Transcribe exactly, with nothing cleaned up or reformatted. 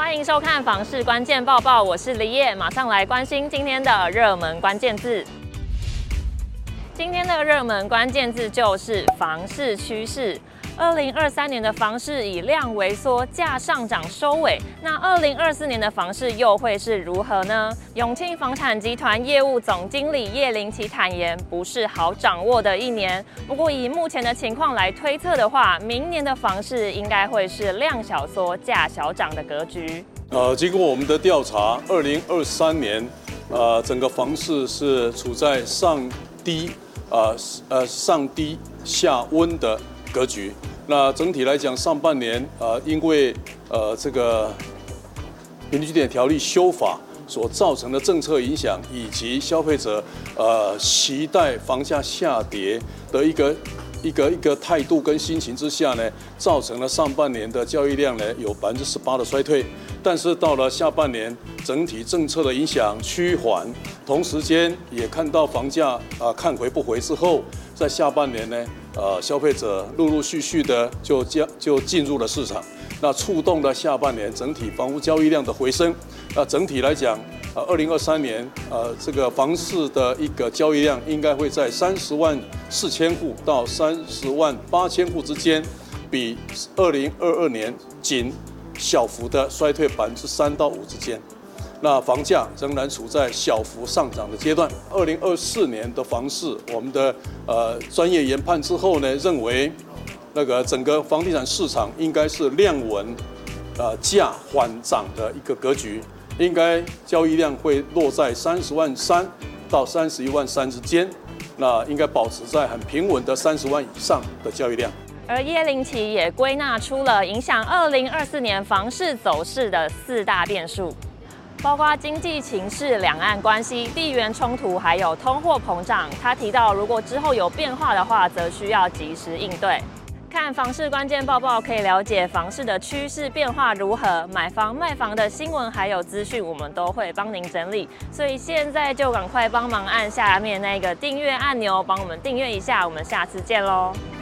欢迎收看房市关键报报，我是李叶，马上来关心今天的热门关键字。今天的热门关键字就是房市趋势。二零二三年的房市以量萎缩、价上涨收尾，那二零二四年的房市又会是如何呢？永庆房产集团业务总经理叶林奇坦言，不是好掌握的一年。不过以目前的情况来推测的话，明年的房市应该会是量小缩、价小涨的格局。 呃，经过我们的调查，二零二三年，呃，整个房市是处在上低，呃呃上低下温的格局。那整体来讲，上半年呃，因为呃这个平均点条例修法所造成的政策影响，以及消费者呃期待房价下跌的一个一个一个态度跟心情之下呢，造成了上半年的交易量呢有百分之十八的衰退。但是到了下半年，整体政策的影响趋缓，同时间也看到房价啊、呃、看回不回之后，在下半年呢。呃，消费者陆陆续续的就将就进入了市场，那触动了下半年整体房屋交易量的回升。那整体来讲，呃，二零二三年呃这个房市的一个交易量应该会在三十万四千户到三十万八千户之间，比二零二二年仅小幅的衰退百分之三到五之间。那房价仍然处在小幅上涨的阶段。二零二四年的房市，我们的呃专业研判之后呢，认为那个整个房地产市场应该是量稳，呃价缓涨的一个格局，应该交易量会落在三十万三到三十一万三之间，那应该保持在很平稳的三十万以上的交易量。 而叶林奇也归纳出了影响二零二四年房市走势的四大变数。包括经济情势、两岸关系、地缘冲突，还有通货膨胀。他提到，如果之后有变化的话，则需要及时应对。看房市关键报报可以了解房市的趋势变化如何，买房卖房的新闻还有资讯，我们都会帮您整理。所以现在就赶快帮忙按下面那个订阅按钮，帮我们订阅一下。我们下次见喽！